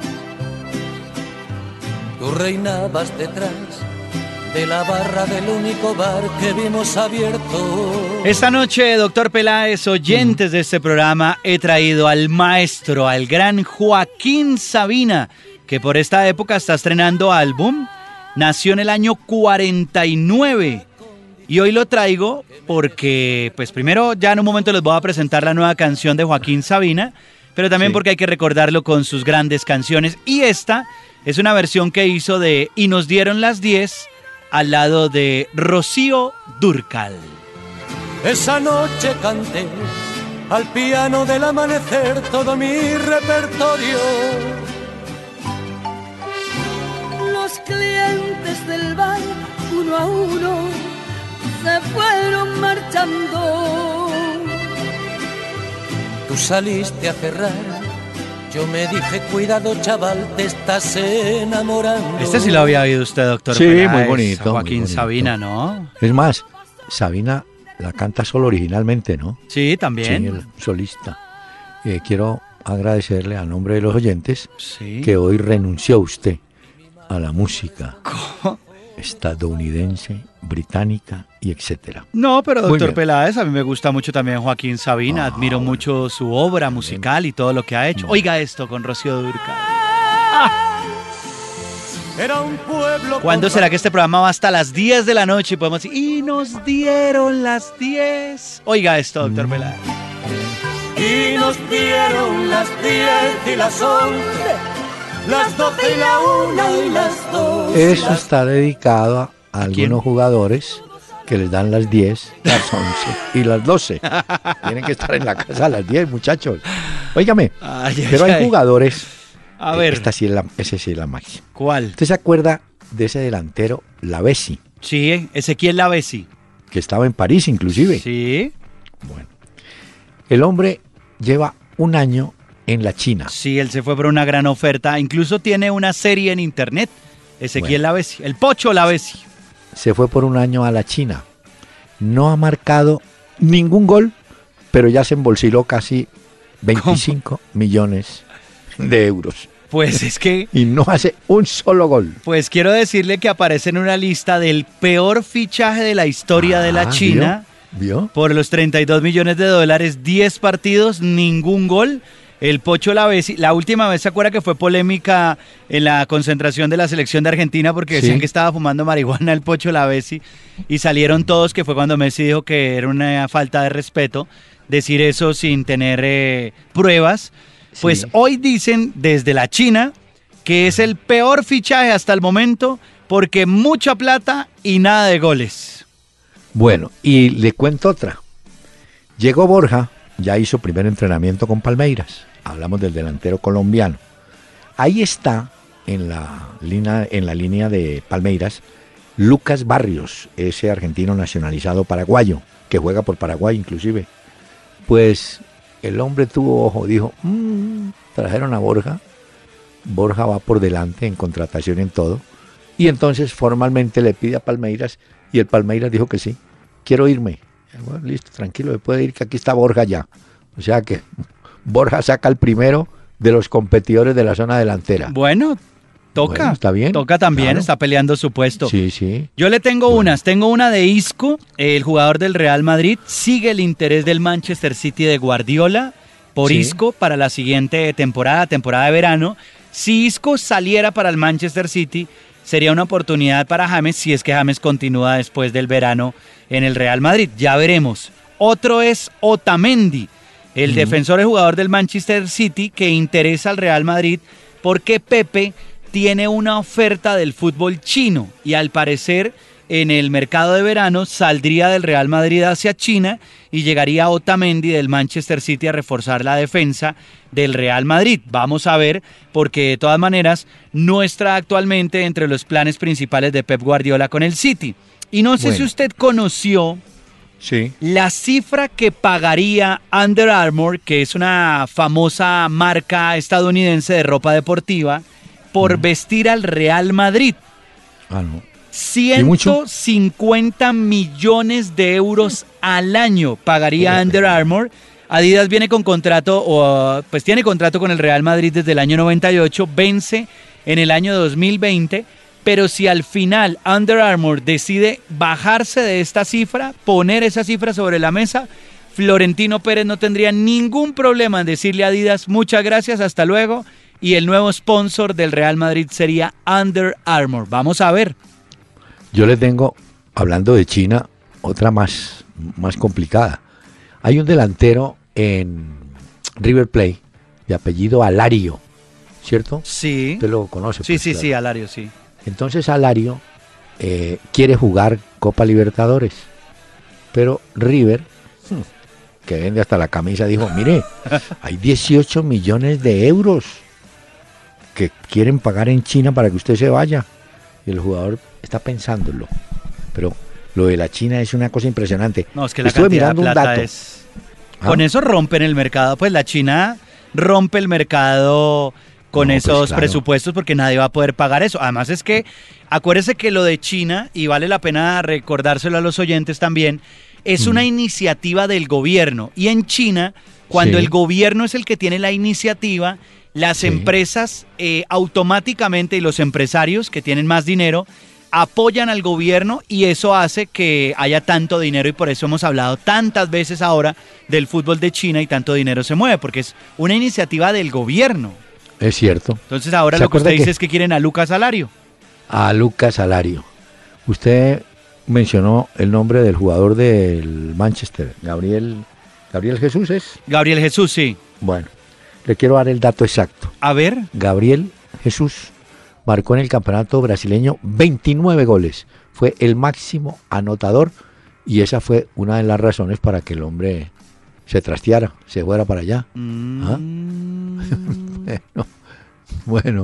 Tú reinabas detrás de la barra del único bar que vimos abierto. Esta noche, doctor Peláez, oyentes de este programa, he traído al maestro, al gran Joaquín Sabina, que por esta época está estrenando álbum. Nació en el año 49. Y hoy lo traigo porque, pues primero, ya en un momento les voy a presentar la nueva canción de Joaquín Sabina, pero también porque hay que recordarlo con sus grandes canciones. Y esta es una versión que hizo de Y nos dieron las 10 al lado de Rocío Dúrcal. Esa noche canté al piano del amanecer todo mi repertorio. Los clientes del bar, uno a uno, se fueron marchando. Tú saliste a cerrar, yo me dije, cuidado chaval, te estás enamorando. Este sí lo había oído usted, doctor Sí, Peláez, muy bonito. Joaquín muy bonito. Sabina, ¿no? Es más, Sabina la canta solo originalmente, ¿no? Sí, también. Sí, el solista. Quiero agradecerle a nombre de los oyentes Sí. que hoy renunció usted a la música estadounidense, británica y etcétera. No, pero Muy doctor bien. Peláez, a mí me gusta mucho también Joaquín Sabina, admiro mucho su obra musical y todo lo que ha hecho. Oiga esto con Rocío Dúrcal. Era un pueblo. ¿Cuándo será que este programa va hasta las 10 de la noche y podemos decir, y nos dieron las 10? Oiga esto, doctor Peláez. Y nos dieron las 10 y las 11, las 12 y la 1 y las 2. Eso está dedicado a algunos quién? jugadores que les dan las 10, las 11 y las 12. Tienen que estar en la casa a las 10, muchachos. Óigame, Ay, pero ay, hay ay. jugadores. A ver, Ese sí es la máxima. ¿cuál? ¿Usted se acuerda de ese delantero, Lavezzi, Sí, Ezequiel Lavezzi. que estaba en París inclusive? Sí, Bueno, el hombre lleva un año en la China. sí, él se fue por una gran oferta. Incluso tiene una serie en internet, Ezequiel Lavezzi, el Pocho Lavezzi. Se fue por un año a la China. No ha marcado ningún gol, pero ya se embolsilló casi 25 millones de euros. Pues es que, Y no hace un solo gol. pues quiero decirle que aparece en una lista del peor fichaje de la historia de la China. ¿Vio? Por los 32 millones de dólares, 10 partidos, ningún gol. El Pocho Lavezzi, la última vez se acuerda que fue polémica en la concentración de la selección de Argentina porque decían Sí. que estaba fumando marihuana el Pocho Lavezzi y salieron todos, que fue cuando Messi dijo que era una falta de respeto decir eso sin tener pruebas. Pues Sí. hoy dicen desde la China que es el peor fichaje hasta el momento porque mucha plata y nada de goles. Bueno, y le cuento otra. Llegó Borja, ya hizo primer entrenamiento con Palmeiras. Hablamos del delantero colombiano. Ahí está en la línea de Palmeiras Lucas Barrios, ese argentino nacionalizado paraguayo, que juega por Paraguay inclusive. Pues el hombre tuvo ojo, dijo, trajeron a Borja, Borja va por delante en contratación en todo, y entonces formalmente le pide a Palmeiras, y el Palmeiras dijo que sí, quiero irme. Bueno, listo, tranquilo, se puede ir, que aquí está Borja ya. O sea que Borja saca el primero de los competidores de la zona delantera. Bueno, toca. Bueno, está bien, Toca también, claro. está peleando su puesto. Sí, sí. Yo le tengo unas. Tengo una de Isco, el jugador del Real Madrid. Sigue el interés del Manchester City de Guardiola por Sí. Isco para la siguiente temporada de verano. Si Isco saliera para el Manchester City, sería una oportunidad para James si es que James continúa después del verano en el Real Madrid. Ya veremos. Otro es Otamendi, el defensor y jugador del Manchester City que interesa al Real Madrid porque Pepe tiene una oferta del fútbol chino y al parecer en el mercado de verano saldría del Real Madrid hacia China y llegaría Otamendi del Manchester City a reforzar la defensa del Real Madrid. Vamos a ver, porque de todas maneras no está actualmente entre los planes principales de Pep Guardiola con el City. Y no sé Bueno. si usted conoció Sí. la cifra que pagaría Under Armour, que es una famosa marca estadounidense de ropa deportiva, por vestir al Real Madrid. Ah, no. mucho? 150 millones de euros al año pagaría Under Armour. Adidas viene con contrato, pues tiene contrato con el Real Madrid desde el año 98, vence en el año 2020, pero si al final Under Armour decide bajarse de esta cifra, poner esa cifra sobre la mesa, Florentino Pérez no tendría ningún problema en decirle a Adidas muchas gracias, hasta luego, y el nuevo sponsor del Real Madrid sería Under Armour. Vamos a ver. Yo le tengo, hablando de China, otra más complicada. Hay un delantero en River Plate de apellido Alario, ¿cierto? Sí. Usted lo conoce. Sí, pues, sí, claro. sí, Alario, sí. Entonces Alario quiere jugar Copa Libertadores, pero River, que vende hasta la camisa, dijo, mire, hay 18 millones de euros que quieren pagar en China para que usted se vaya. Y el jugador está pensándolo. Pero lo de la China es una cosa impresionante. No, es que la Estuve cantidad de mirando un plata dato. es... ¿Ah? Con eso rompen el mercado. Pues la China rompe el mercado con No, pues esos claro. presupuestos porque nadie va a poder pagar eso. Además es que, acuérdese que lo de China, y vale la pena recordárselo a los oyentes también, es una iniciativa del gobierno. Y en China, cuando Sí. el gobierno es el que tiene la iniciativa, las Sí. empresas automáticamente y los empresarios que tienen más dinero apoyan al gobierno y eso hace que haya tanto dinero y por eso hemos hablado tantas veces ahora del fútbol de China y tanto dinero se mueve, porque es una iniciativa del gobierno. Es cierto. Entonces ahora ¿Se lo que usted acuerda dice que- es que quieren a Lucas Alario. A Lucas Alario. Usted mencionó el nombre del jugador del Manchester, Gabriel Jesús es. Gabriel Jesús, sí. Bueno, le quiero dar el dato exacto. A ver, Gabriel Jesús marcó en el campeonato brasileño 29 goles. Fue el máximo anotador y esa fue una de las razones para que el hombre se trasteara, se fuera para allá. ¿Ah? Bueno,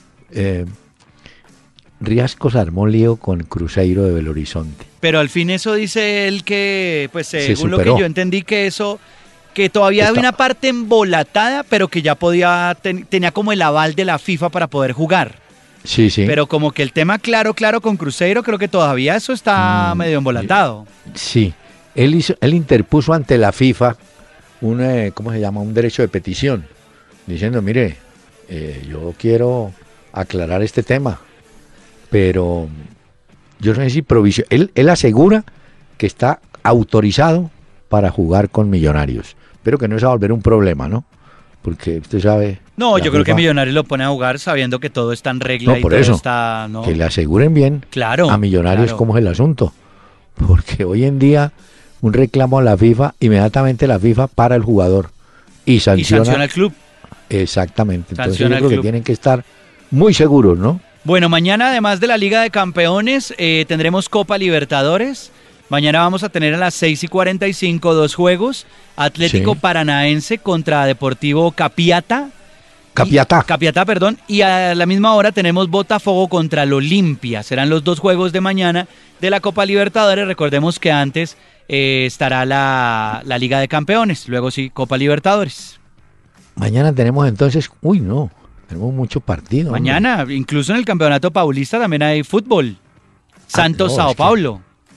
Riascos armó lío con Cruzeiro de Belo Horizonte. pero al fin eso dice él que, pues según lo que superó. yo entendí que eso, que todavía había Está- una parte embolatada, pero que ya podía, tenía como el aval de la FIFA para poder jugar. Sí, sí. Pero como que el tema claro con Cruzeiro, creo que todavía eso está medio embolatado. Sí, él interpuso ante la FIFA un, ¿cómo se llama? Un derecho de petición, diciendo, mire, yo quiero aclarar este tema, pero yo no sé si él asegura que está autorizado para jugar con Millonarios, pero que no se va a volver un problema, ¿no? Porque usted sabe... No, yo creo que FIFA, Millonarios lo pone a jugar sabiendo que todo está en regla no, y por todo eso, está... No. que le aseguren bien Claro, a Millonarios claro. cómo es el asunto. Porque hoy en día un reclamo a la FIFA, inmediatamente la FIFA para el jugador y Y sanciona sanciona al club. exactamente. Entonces Sanciona yo al creo que club. tienen que estar muy seguros, ¿no? Bueno, mañana además de la Liga de Campeones tendremos Copa Libertadores. Mañana vamos a tener a las 6:45 2 juegos. Atlético Sí. Paranaense contra Deportivo Capiatá. Capiatá. Perdón. Y a la misma hora tenemos Botafogo contra el Olimpia. Serán los 2 juegos de mañana de la Copa Libertadores. Recordemos que antes estará la Liga de Campeones. Luego sí, Copa Libertadores. Mañana tenemos entonces, tenemos mucho partido. hombre. Mañana, incluso en el Campeonato Paulista también hay fútbol. Santos no, Sao es que- Paulo.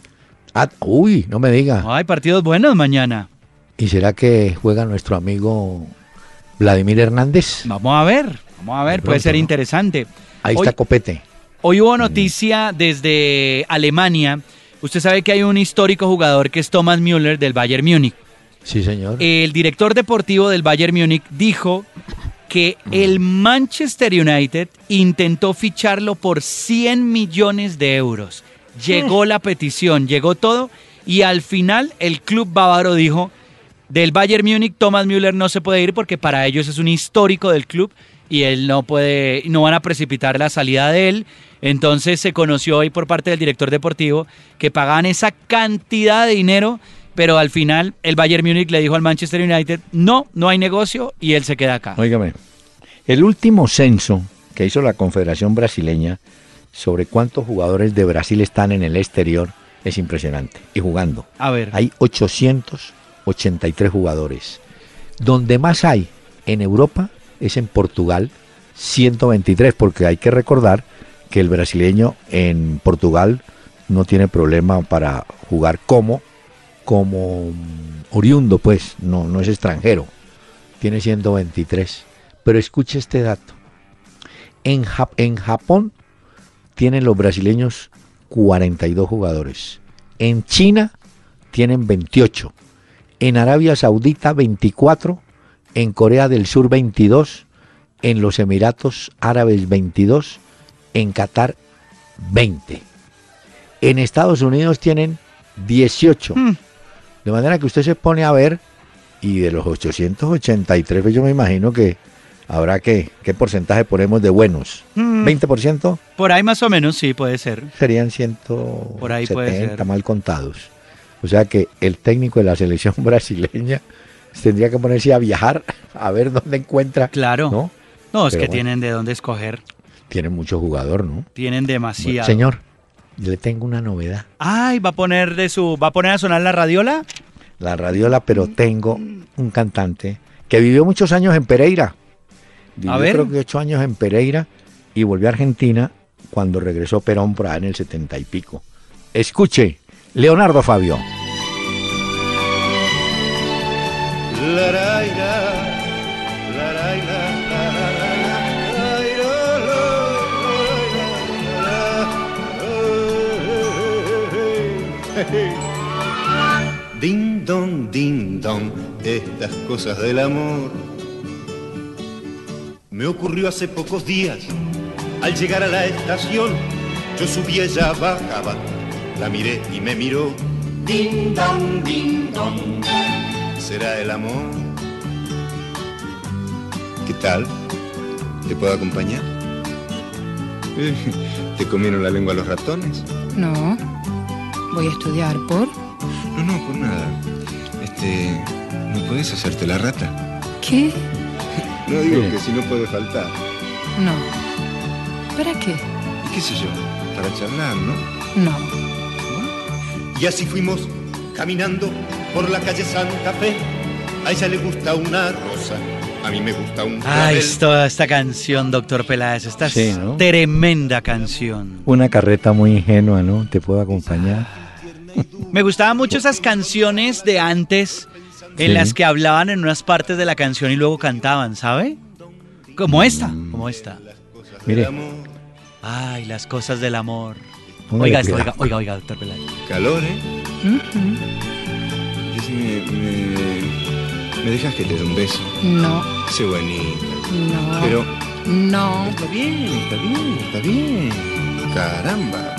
No me diga. Hay partidos buenos mañana. ¿Y será que juega nuestro amigo Vladimir Hernández? Vamos a ver, puede pronto, ser ¿no? interesante. Ahí Hoy- está Copete. Hoy hubo noticia desde Alemania. Usted sabe que hay un histórico jugador que es Thomas Müller del Bayern Múnich. Sí, señor. El director deportivo del Bayern Múnich dijo que el Manchester United intentó ficharlo por 100 millones de euros. Llegó la petición, llegó todo y al final el club bávaro dijo del Bayern Múnich Thomas Müller no se puede ir porque para ellos es un histórico del club y él no van a precipitar la salida de él. Entonces se conoció hoy por parte del director deportivo que pagaban esa cantidad de dinero, pero al final el Bayern Múnich le dijo al Manchester United, no hay negocio y él se queda acá. Óigame, el último censo que hizo la Confederación Brasileña sobre cuántos jugadores de Brasil están en el exterior es impresionante. Y jugando. A ver. Hay 883 jugadores. Donde más hay en Europa es en Portugal, 123, porque hay que recordar que el brasileño en Portugal no tiene problema para jugar como oriundo, pues, no es extranjero. Tiene 123. Pero escuche este dato. En Japón tienen los brasileños 42 jugadores. En China tienen 28. En Arabia Saudita 24. En Corea del Sur 22. En los Emiratos Árabes 22. En Qatar 20. En Estados Unidos tienen 18. De manera que usted se pone a ver y de los 883, pues yo me imagino que habrá ¿qué porcentaje ponemos de buenos? ¿20%? Por ahí más o menos, sí, puede ser. Serían Por ahí puede 170 ser. mal contados. O sea que el técnico de la selección brasileña tendría que ponerse a viajar a ver dónde encuentra. Claro. ¿No? No, es Pero que bueno, tienen de dónde escoger. tiene mucho jugador, ¿no? Tienen Bueno, demasiado. señor, yo le tengo una novedad. Ay, va a poner a sonar la radiola. La radiola, pero tengo un cantante que vivió muchos años en Pereira. Vivió ver. creo que 8 años en Pereira y volvió a Argentina cuando regresó Perón por allá en el 70 y pico. Escuche, Leonardo Fabio. Ding dong, estas cosas del amor. Me ocurrió hace pocos días, al llegar a la estación, yo subí, ella bajaba, la miré y me miró. Ding dong, ¿será el amor? ¿Qué tal? ¿Te puedo acompañar? ¿Te comieron la lengua los ratones? No, voy a estudiar por... No, por nada. ¿No podés hacerte la rata? ¿Qué? No digo Bien. que si no puede faltar. No. ¿Para qué? ¿Y qué sé yo? Para charlar, ¿no? No. Y así fuimos caminando por la calle Santa Fe. A ella le gusta una rosa, a mí me gusta un Ay, clavel. toda esta canción, doctor Peláez. Esta Sí, es ¿no? tremenda canción. Una carreta muy ingenua, ¿no? ¿Te puedo acompañar? Me gustaban mucho esas canciones de antes en Sí. las que hablaban en unas partes de la canción y luego cantaban, ¿sabe? Como esta. Mire. Ay, las cosas del amor. Póngale Oiga esto, cuidado. oiga, doctor Peláez. Calor, ¿eh? Decime, ¿me dejas que te dé un beso? No, Sé bonita. no. Pero No. está bien. Caramba.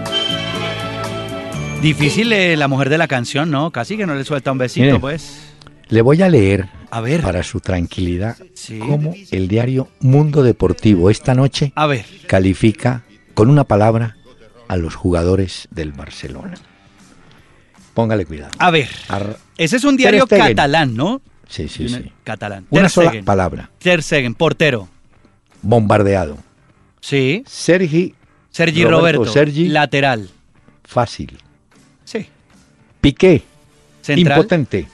Difícil la mujer de la canción, ¿no? Casi que no le suelta un besito, Mire. pues. Le voy a leer, A ver. para su tranquilidad, Sí. cómo el diario Mundo Deportivo esta noche A ver. califica con una palabra a los jugadores del Barcelona. Póngale cuidado. A ver. Ar- Ese es un diario Ter Stegen. catalán, ¿no? Sí. Catalán. Una Ter sola Stegen. palabra. Ter Stegen, portero. Bombardeado. Sí. Sergi Roberto. Sergi. Lateral. Fácil. Sí. Piqué. Central. Impotente.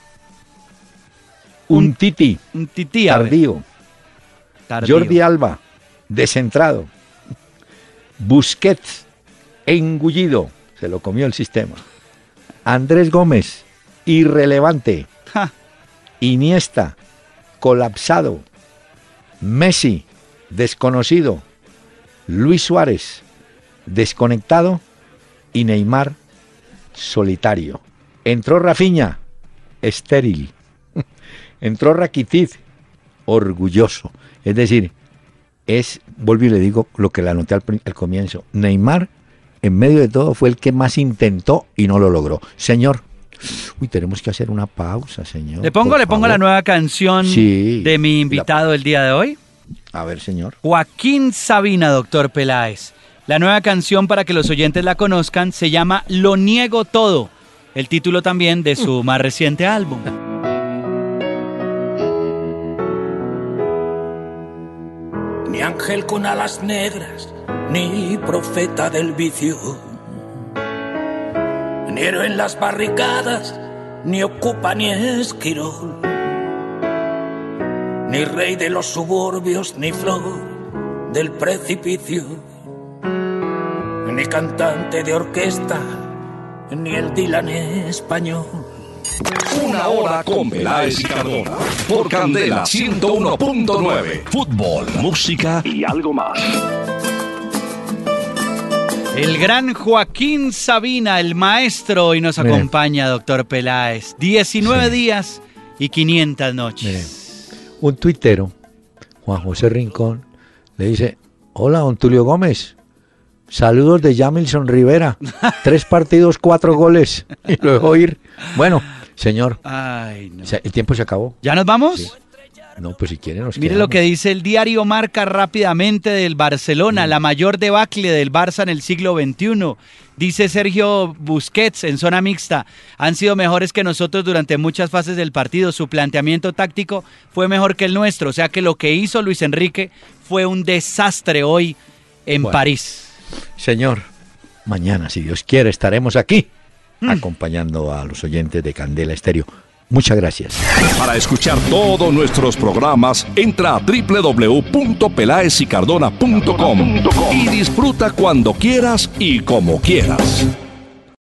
Un Titi. Un tití, a ver. Tardío. Jordi Alba. Descentrado. Busquets. Engullido. Se lo comió el sistema. Andrés Gómez. Irrelevante. Ja. Iniesta. Colapsado. Messi. Desconocido. Luis Suárez. Desconectado. Y Neymar. Solitario. Entró Rafinha. Estéril. Entró Rakitic. Orgulloso. Es decir, vuelvo y le digo lo que le anoté al comienzo. Neymar, en medio de todo, fue el que más intentó y no lo logró. Señor, tenemos que hacer una pausa, señor. Le pongo la nueva canción Sí, de mi invitado el día de hoy. A ver, señor. Joaquín Sabina, doctor Peláez. La nueva canción, para que los oyentes la conozcan, se llama Lo Niego Todo. El título también de su más reciente álbum. Ni ángel con alas negras, ni profeta del vicio, ni héroe en las barricadas, ni ocupa ni esquirol, ni rey de los suburbios, ni flor del precipicio, ni cantante de orquesta, ni el Dylan español. Una hora con Peláez y Cardona. Por Candela 101.9. Fútbol, música y algo más. El gran Joaquín Sabina, el maestro, hoy nos acompaña, doctor Peláez. 19 días y 500 noches. Mire, un tuitero, Juan José Rincón, le dice: hola, don Tulio Gómez. Saludos de Jamilson Rivera. 3 partidos, 4 goles. Y lo dejó ir. Bueno, señor. Ay, no. El tiempo se acabó. ¿Ya nos vamos? Sí. No, pues si quieren nos Mire quedamos. lo que dice el diario Marca rápidamente del Barcelona, la mayor debacle del Barça en el siglo XXI. Dice Sergio Busquets en zona mixta: han sido mejores que nosotros durante muchas fases del partido. Su planteamiento táctico fue mejor que el nuestro. O sea que lo que hizo Luis Enrique fue un desastre hoy en París. Señor, mañana, si Dios quiere, estaremos aquí acompañando a los oyentes de Candela Estéreo. Muchas gracias. Para escuchar todos nuestros programas, entra a www.pelaezicardona.com y disfruta cuando quieras y como quieras.